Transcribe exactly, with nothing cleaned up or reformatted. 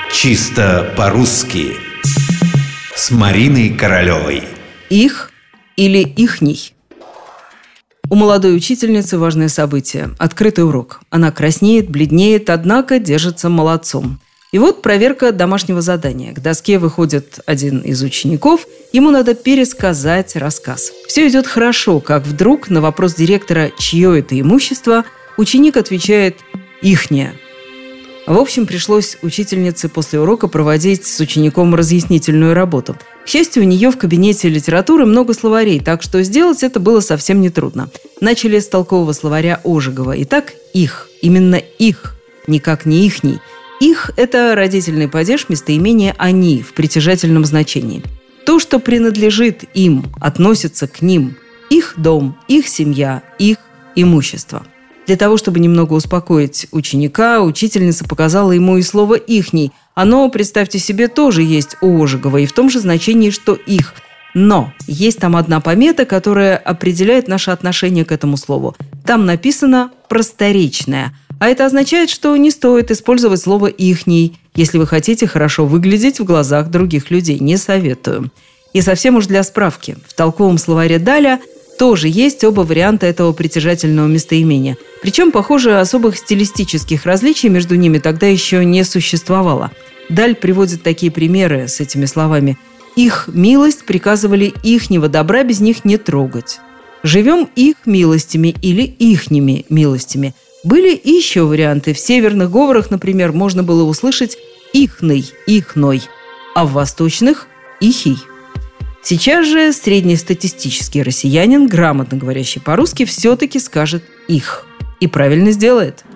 Чисто по-русски с Мариной Королевой. Их или ихний? У молодой учительницы важное событие – открытый урок. Она краснеет, бледнеет, однако держится молодцом. И вот проверка домашнего задания. К доске выходит один из учеников, ему надо пересказать рассказ. Все идет хорошо, как вдруг на вопрос директора «Чье это имущество?» ученик отвечает «Ихнее». В общем, пришлось учительнице после урока проводить с учеником разъяснительную работу. К счастью, у нее в кабинете литературы много словарей, так что сделать это было совсем нетрудно. Начали с толкового словаря Ожегова. Итак, их. Именно их. Никак не ихний. Их – это родительный падеж местоимения «они» в притяжательном значении. То, что принадлежит им, относится к ним. Их дом, их семья, их имущество. Для того, чтобы немного успокоить ученика, учительница показала ему и слово «ихний». Оно, представьте себе, тоже есть у Ожегова и в том же значении, что «их». Но есть там одна помета, которая определяет наше отношение к этому слову. Там написано «просторечное». А это означает, что не стоит использовать слово «ихний», если вы хотите хорошо выглядеть в глазах других людей. Не советую. И совсем уж для справки. В толковом словаре Даля тоже есть оба варианта этого притяжательного местоимения. Причем, похоже, особых стилистических различий между ними тогда еще не существовало. Даль приводит такие примеры с этими словами. «Их милость приказывали ихнего добра без них не трогать». «Живем их милостями» или «ихними милостями». Были и еще варианты. В северных говорах, например, можно было услышать «ихный», «ихной», а в восточных – «ихий». Сейчас же среднестатистический россиянин, грамотно говорящий по-русски, все-таки скажет «их». И правильно сделает.